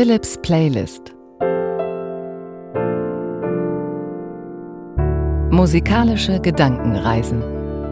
Philips Playlist. Musikalische Gedankenreisen.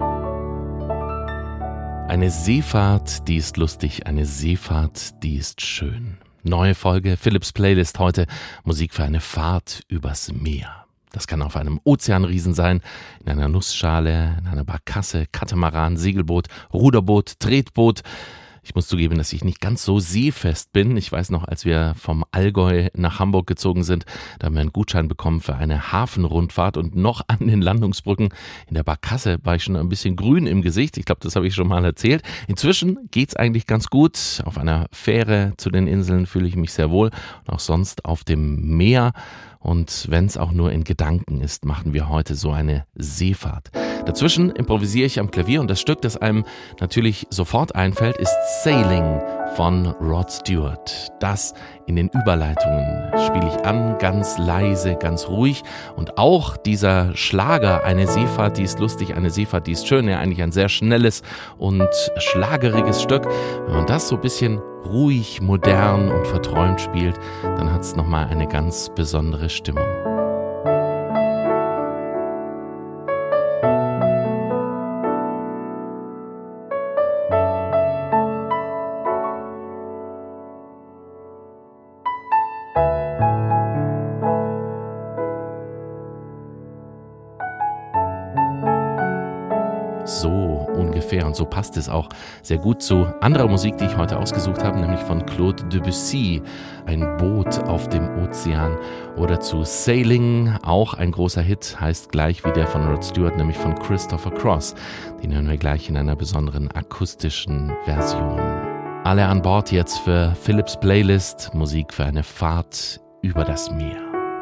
Eine Seefahrt, die ist lustig, eine Seefahrt, die ist schön. Neue Folge Philips Playlist heute, Musik für eine Fahrt übers Meer. Das kann auf einem Ozeanriesen sein, in einer Nussschale, in einer Barkasse, Katamaran, Segelboot, Ruderboot, Tretboot. Ich muss zugeben, dass ich nicht ganz so seefest bin. Ich weiß noch, als wir vom Allgäu nach Hamburg gezogen sind, da haben wir einen Gutschein bekommen für eine Hafenrundfahrt und noch an den Landungsbrücken in der Barkasse war ich schon ein bisschen grün im Gesicht. Ich glaube, das habe ich schon mal erzählt. Inzwischen geht's eigentlich ganz gut. Auf einer Fähre zu den Inseln fühle ich mich sehr wohl und auch sonst auf dem Meer. Und wenn es auch nur in Gedanken ist, machen wir heute so eine Seefahrt. Dazwischen improvisiere ich am Klavier und das Stück, das einem natürlich sofort einfällt, ist Sailing von Rod Stewart. Das in den Überleitungen spiele ich an, ganz leise, ganz ruhig. Und auch dieser Schlager, eine Seefahrt, die ist lustig, eine Seefahrt, die ist schön, ja eigentlich ein sehr schnelles und schlageriges Stück. Wenn man das so ein bisschen ruhig, modern und verträumt spielt, dann hat es nochmal eine ganz besondere Stimmung. So ungefähr und so passt es auch sehr gut zu anderer Musik, die ich heute ausgesucht habe, nämlich von Claude Debussy, ein Boot auf dem Ozean, oder zu Sailing, auch ein großer Hit, heißt gleich wie der von Rod Stewart, nämlich von Christopher Cross. Den hören wir gleich in einer besonderen akustischen Version. Alle an Bord jetzt für Philips Playlist, Musik für eine Fahrt über das Meer.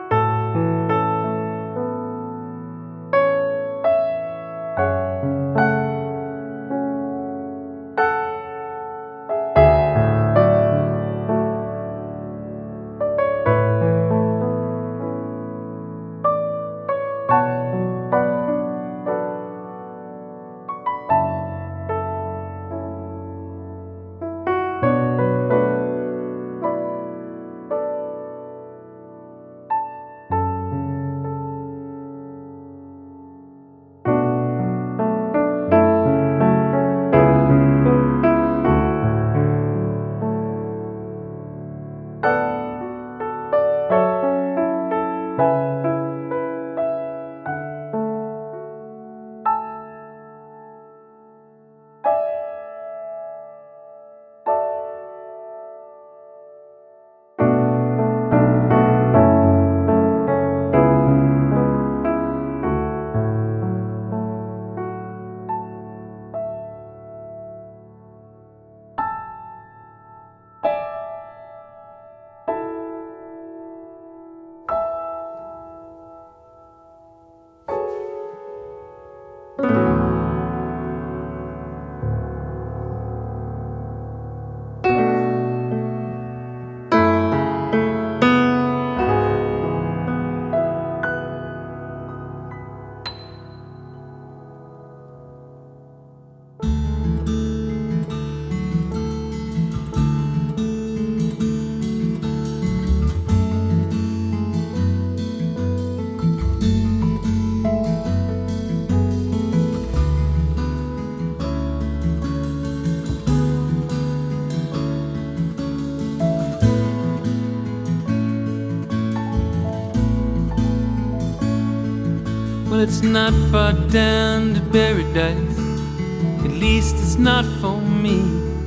Well, it's not far down to paradise, at least it's not for me.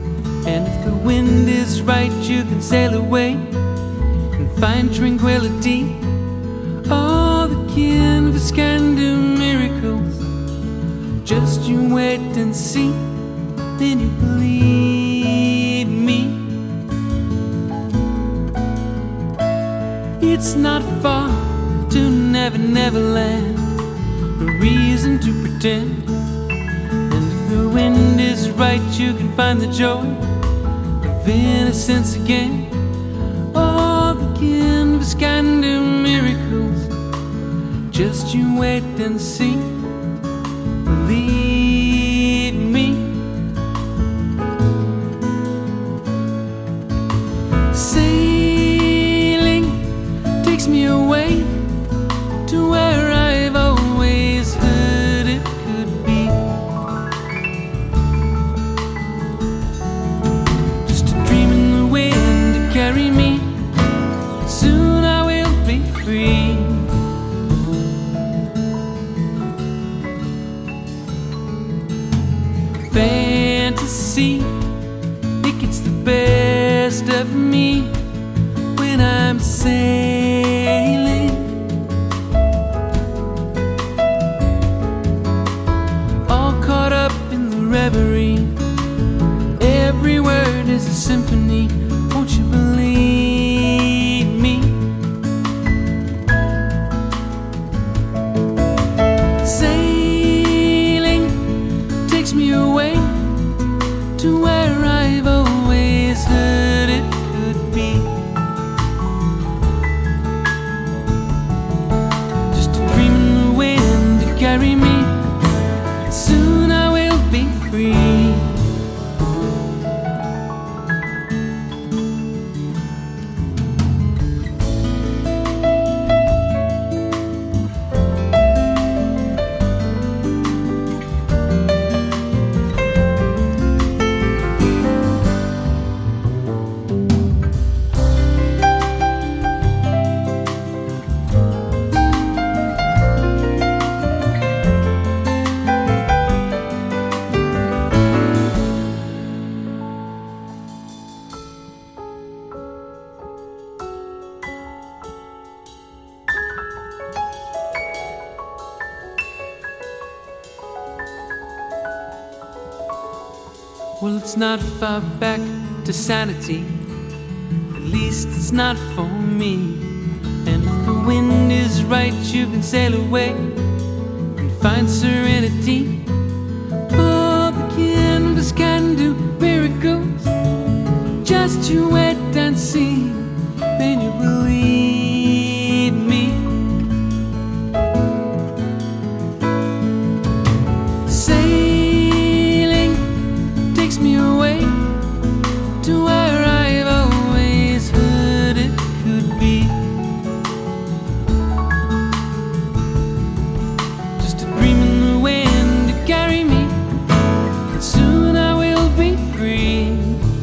And if the wind is right, you can sail away and find tranquility. All the canvas can do miracles, just you wait and see, then you believe me. It's not far to Never Never Land, a reason to pretend. And if the wind is right, you can find the joy of innocence again. All the canvas can do miracles, just you wait and see, believe me. Say of me when I'm sailing. All caught up in the reverie, every word is a symphony. Won't you believe me? Sailing takes me away to where I've always heard it could be. Just a dream in the wind to carry me. Soon I will be free. Well, it's not far back to sanity, at least it's not for me. And if the wind is right, you can sail away and find serenity. Oh, the canvas can do miracles, just you wait and see, then you believe me. Sailing takes me away to where I've always heard it could be. Just a dream in the wind to carry me, and soon I will be free.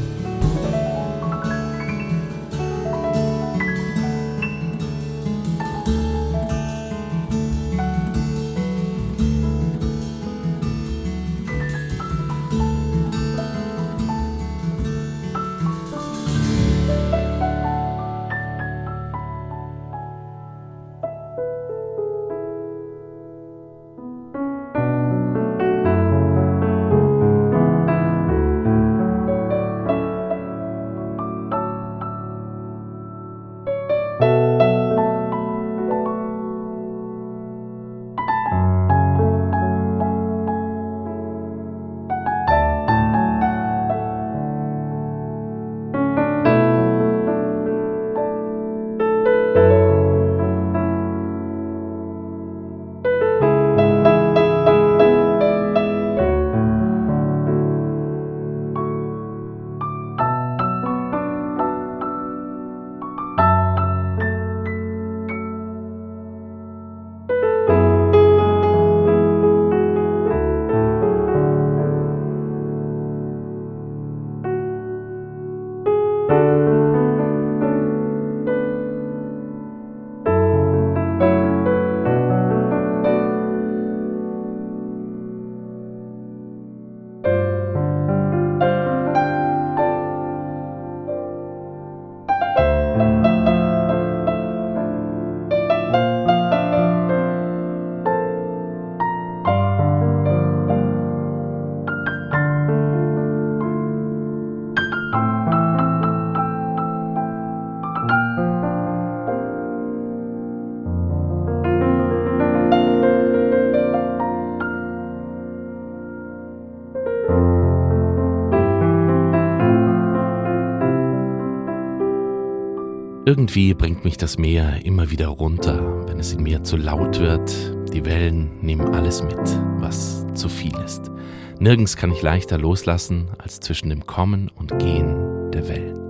Irgendwie bringt mich das Meer immer wieder runter, wenn es in mir zu laut wird. Die Wellen nehmen alles mit, was zu viel ist. Nirgends kann ich leichter loslassen als zwischen dem Kommen und Gehen der Wellen.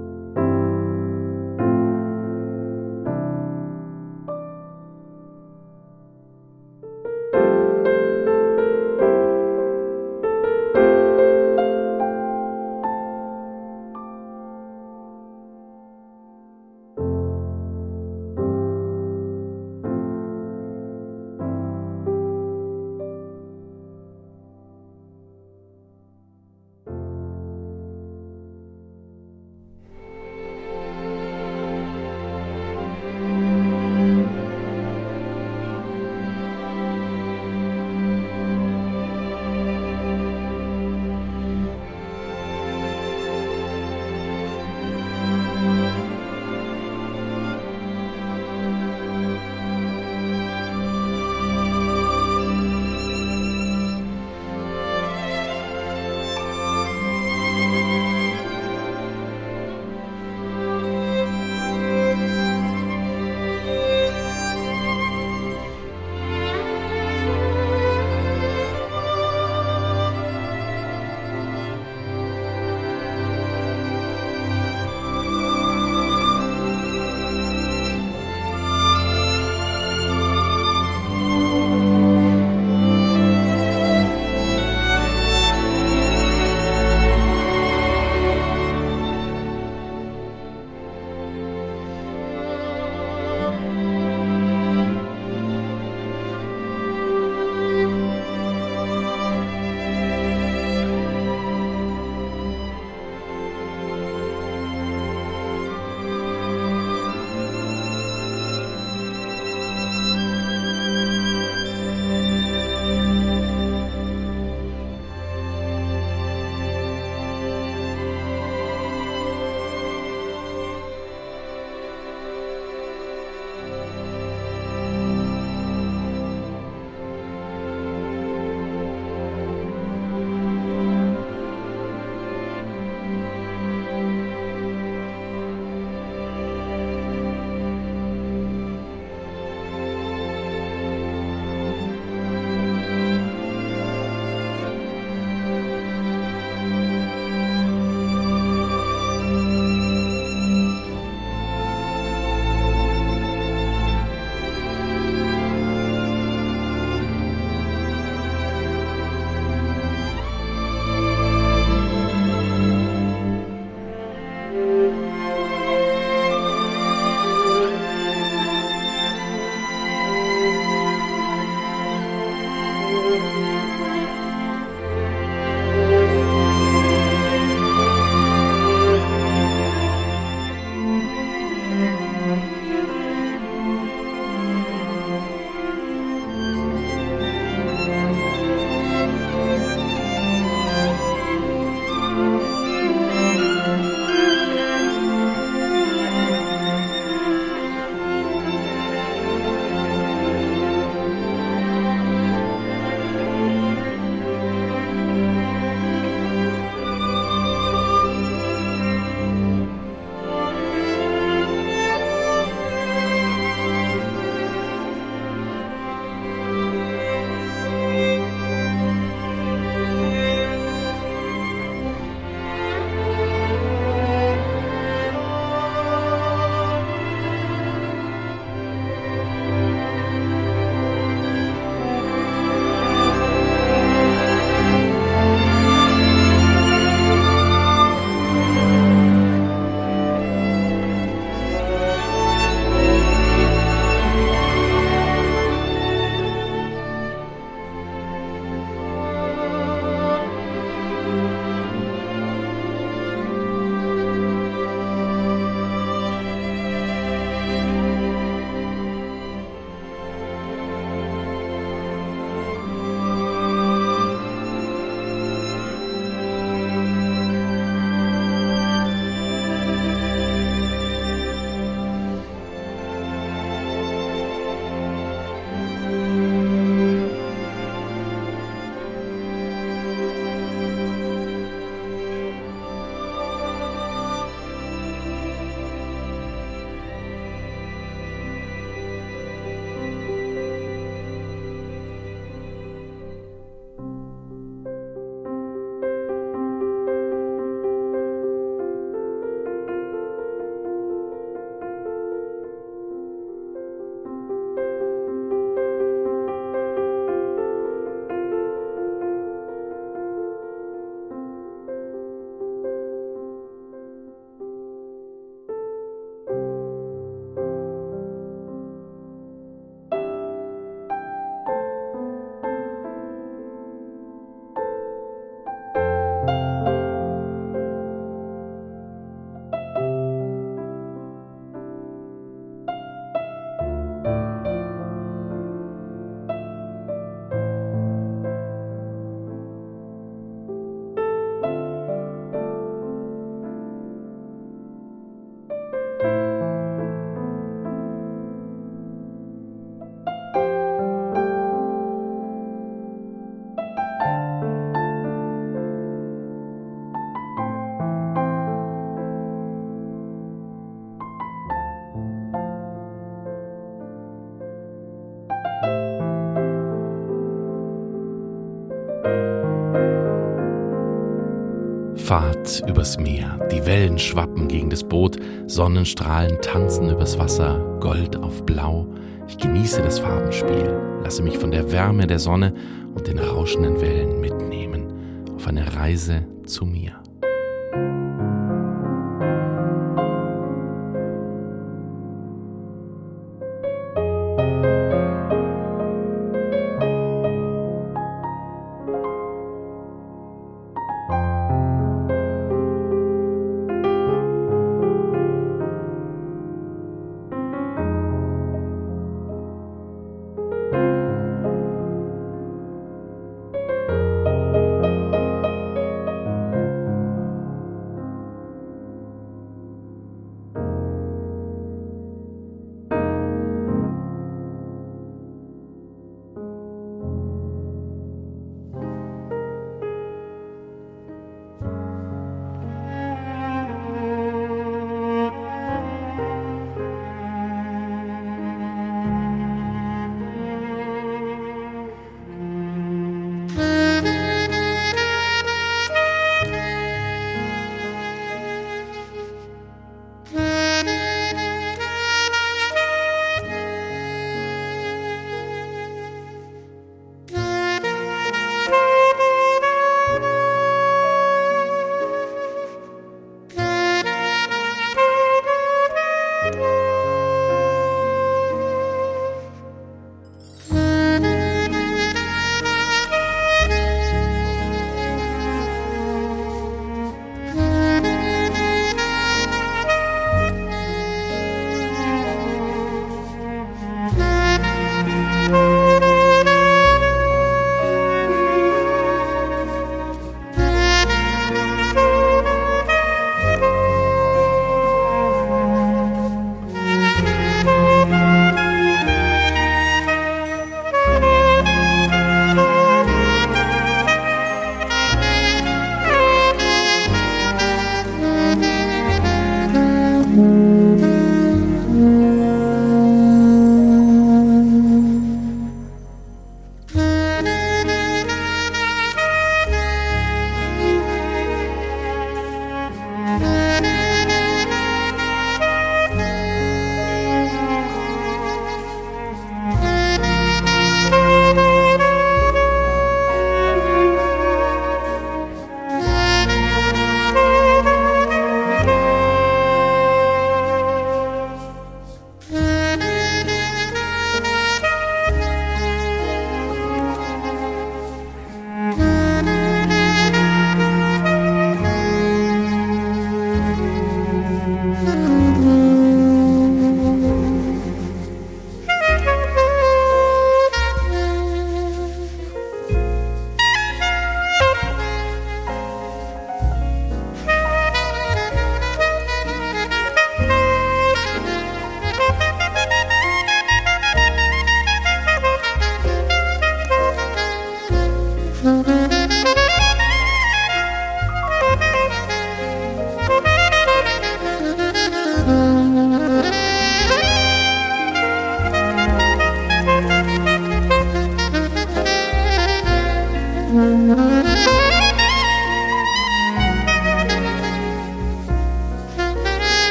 Fahrt übers Meer, die Wellen schwappen gegen das Boot, Sonnenstrahlen tanzen übers Wasser, Gold auf Blau. Ich genieße das Farbenspiel, lasse mich von der Wärme der Sonne und den rauschenden Wellen mitnehmen auf eine Reise zu mir.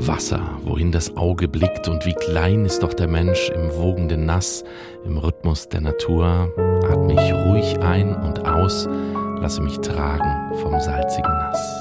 Wasser, wohin das Auge blickt, und wie klein ist doch der Mensch im wogenden Nass, im Rhythmus der Natur. Atme ich ruhig ein und aus, lasse mich tragen vom salzigen Nass.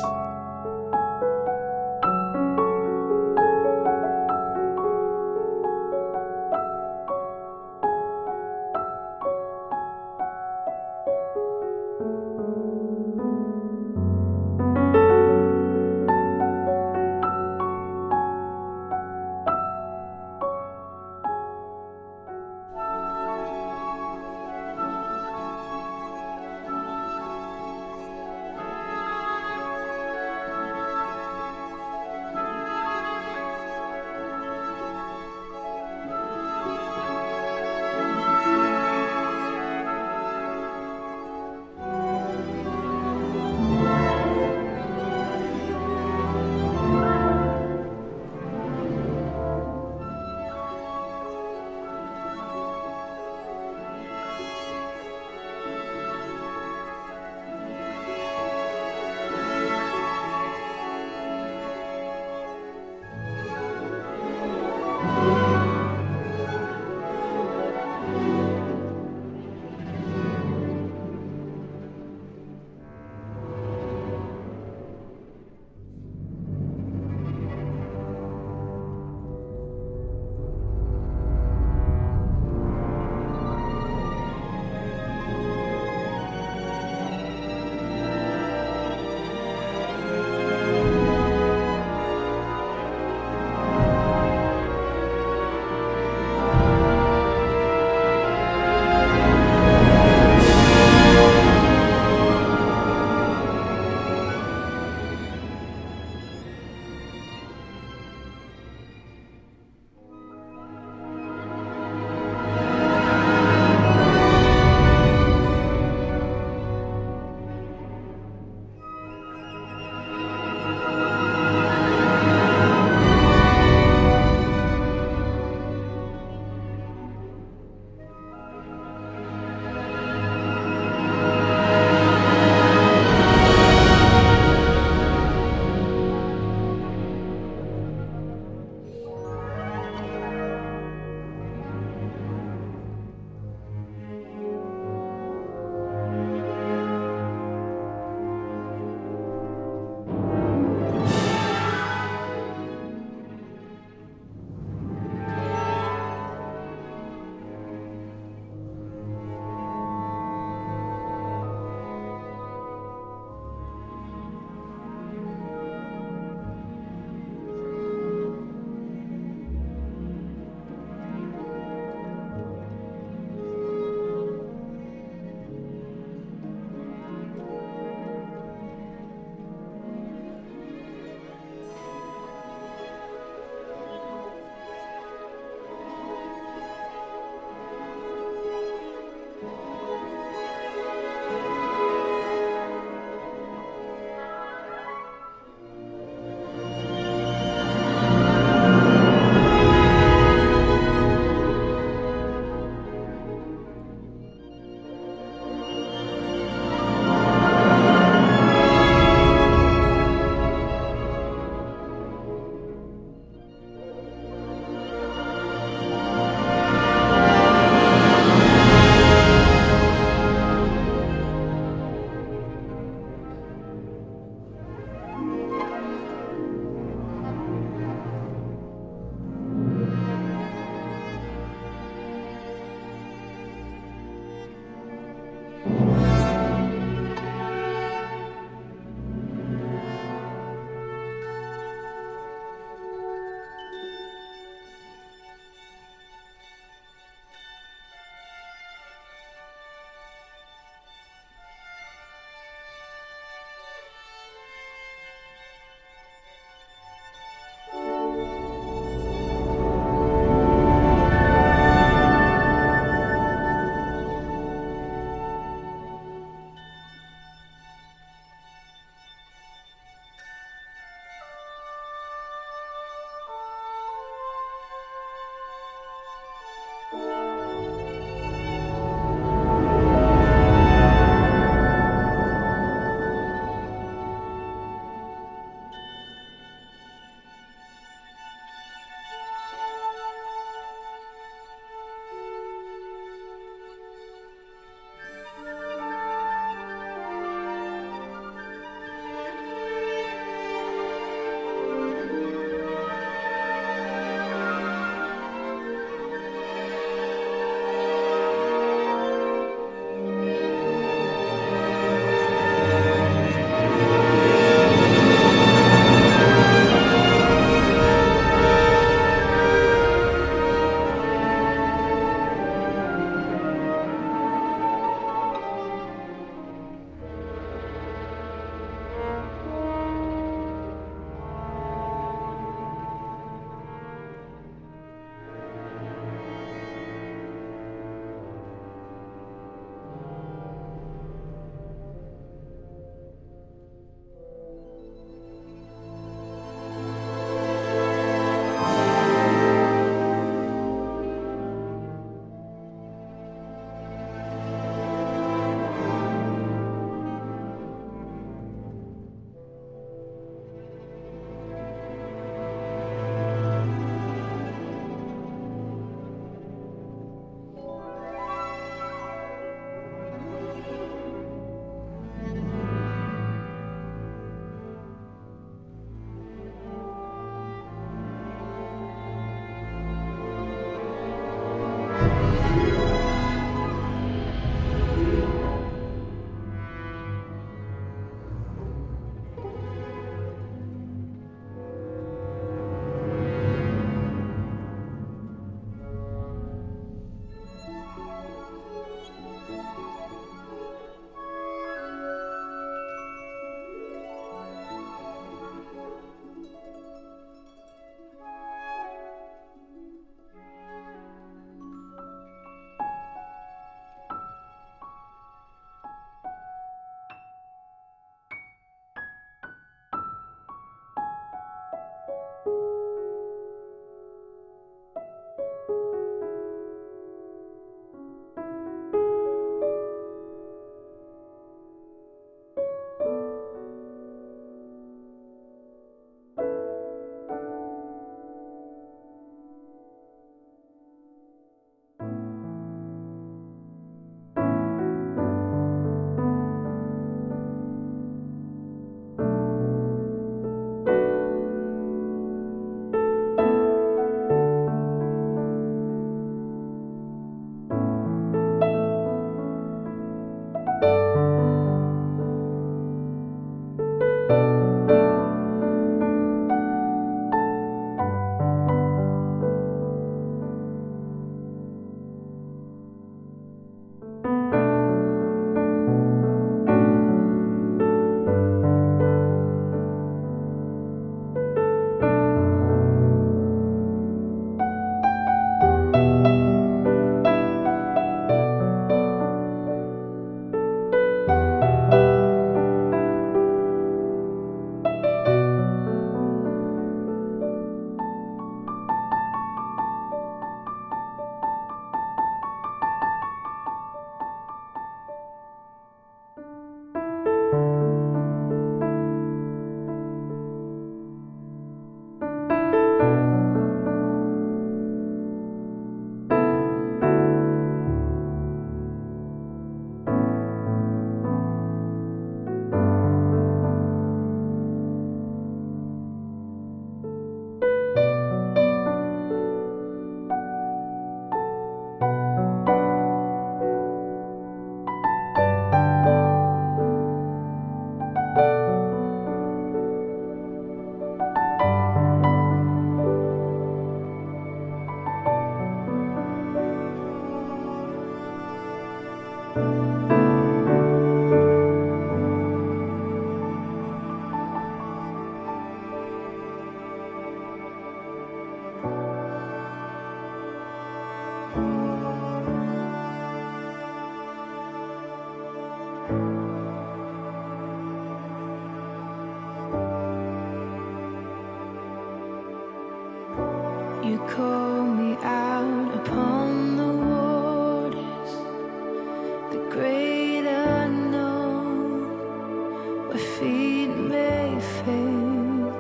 call me out upon the waters, the great unknown, where feet may fail.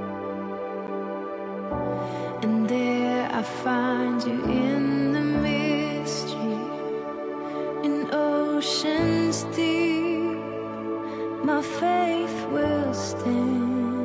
And there I find you in the mystery, in oceans deep, my faith will stand.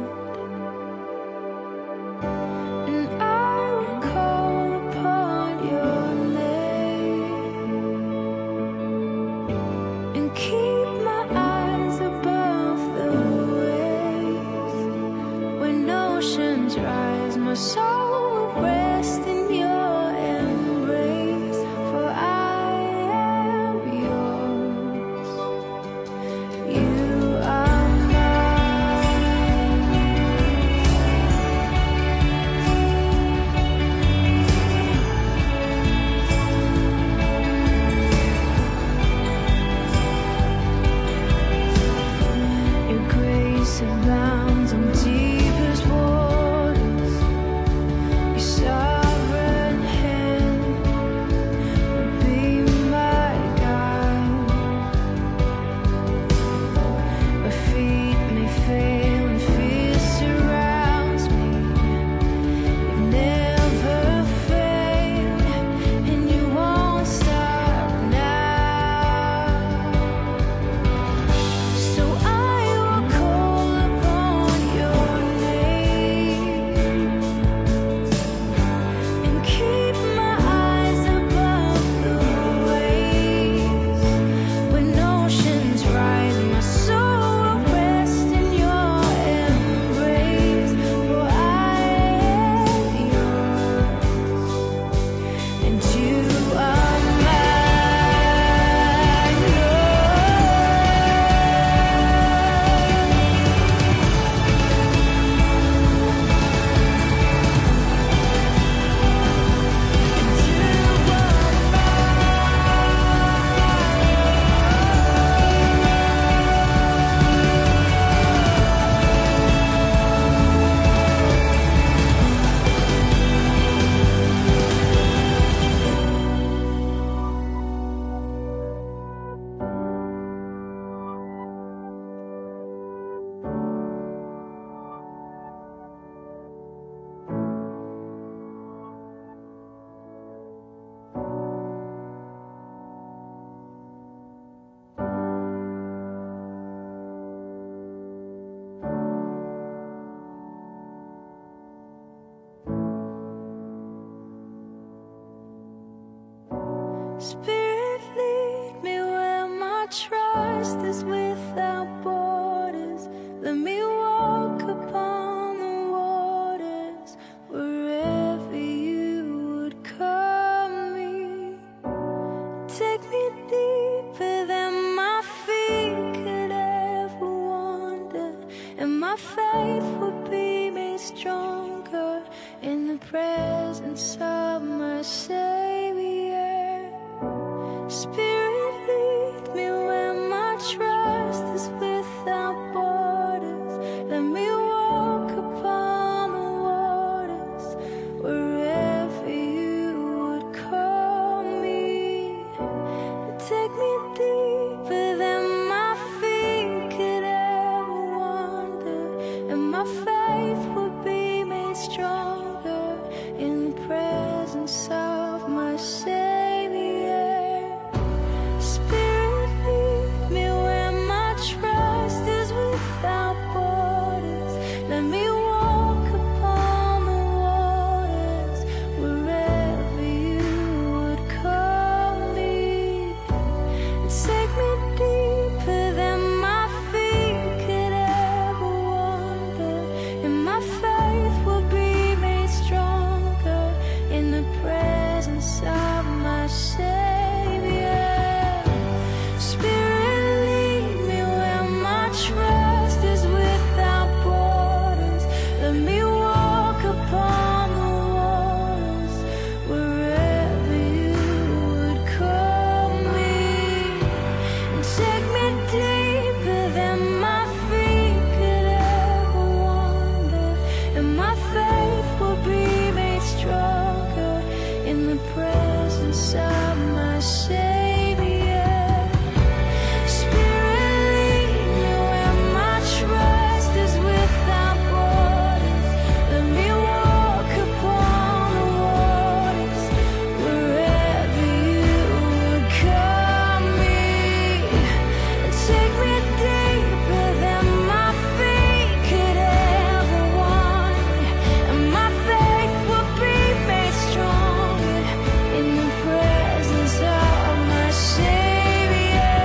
Spirit, lead me where my trust is without borders. Let me walk upon the waters wherever you would call me. Take me deeper than my feet could ever wander, and my faith would be made stronger in the presence of my Savior. Spirit, lead me where my trust is without borders. Let me walk upon the waters wherever you would call me. Take me deeper than my feet could ever wander, and my faith would be made stronger in the presence of my Savior. Faith will be made presence of my Savior. Spirit, lead me where my trust is without borders. Let me walk upon the waters wherever you would call me. Take me deeper than my feet could ever want, and my faith will be made stronger in the presence of my Savior.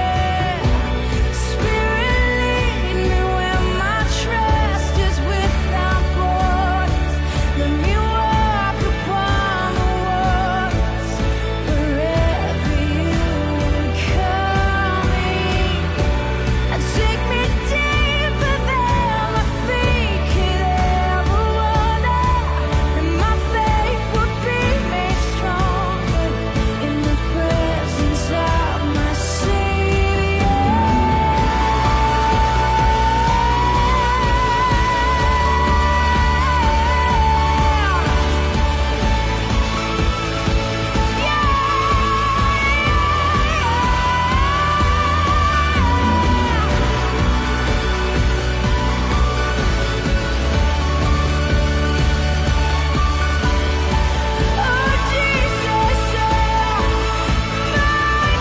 Spirit, lead me where my trust is without borders. Let me walk upon the waters wherever you would call me. Take me deeper than my feet could ever wander, and my faith will be made stronger in the presence of my Savior. Oh Jesus, my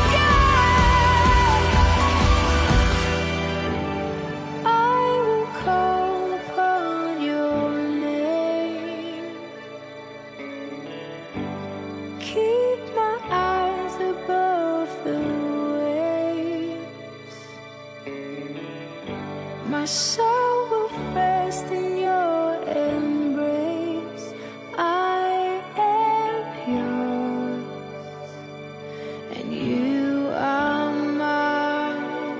God, I will call upon your name. Keep my eyes above the waves. My soul will rest in your embrace. I am yours, and you are mine.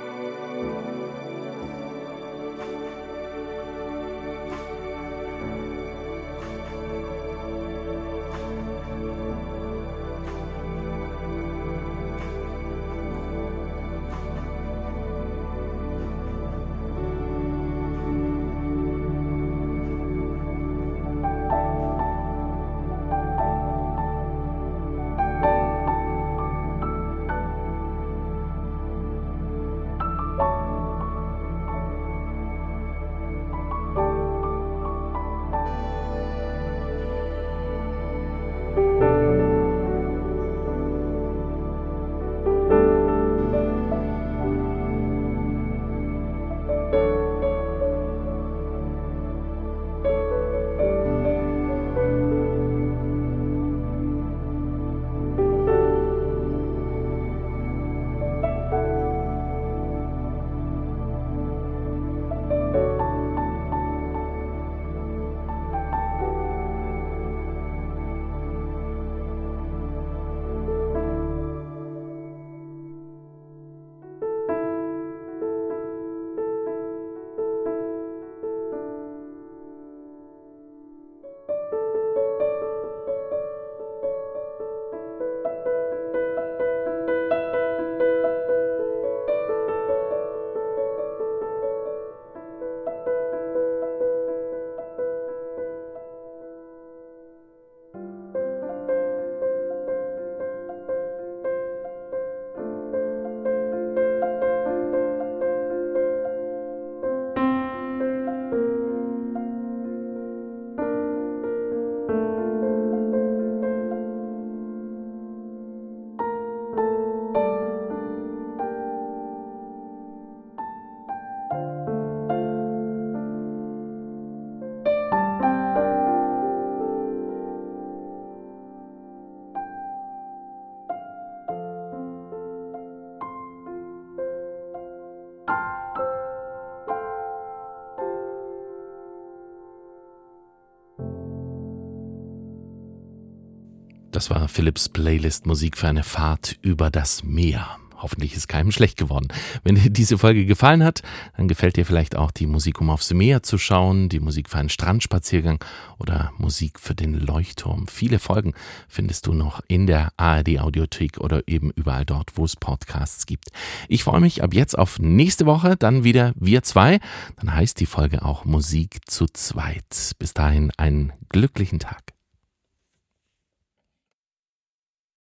Das war Philipps Playlist Musik für eine Fahrt über das Meer. Hoffentlich ist keinem schlecht geworden. Wenn dir diese Folge gefallen hat, dann gefällt dir vielleicht auch die Musik, um aufs Meer zu schauen, die Musik für einen Strandspaziergang oder Musik für den Leuchtturm. Viele Folgen findest du noch in der ARD-Audiothek oder eben überall dort, wo es Podcasts gibt. Ich freue mich ab jetzt auf nächste Woche, dann wieder wir zwei. Dann heißt die Folge auch Musik zu zweit. Bis dahin einen glücklichen Tag.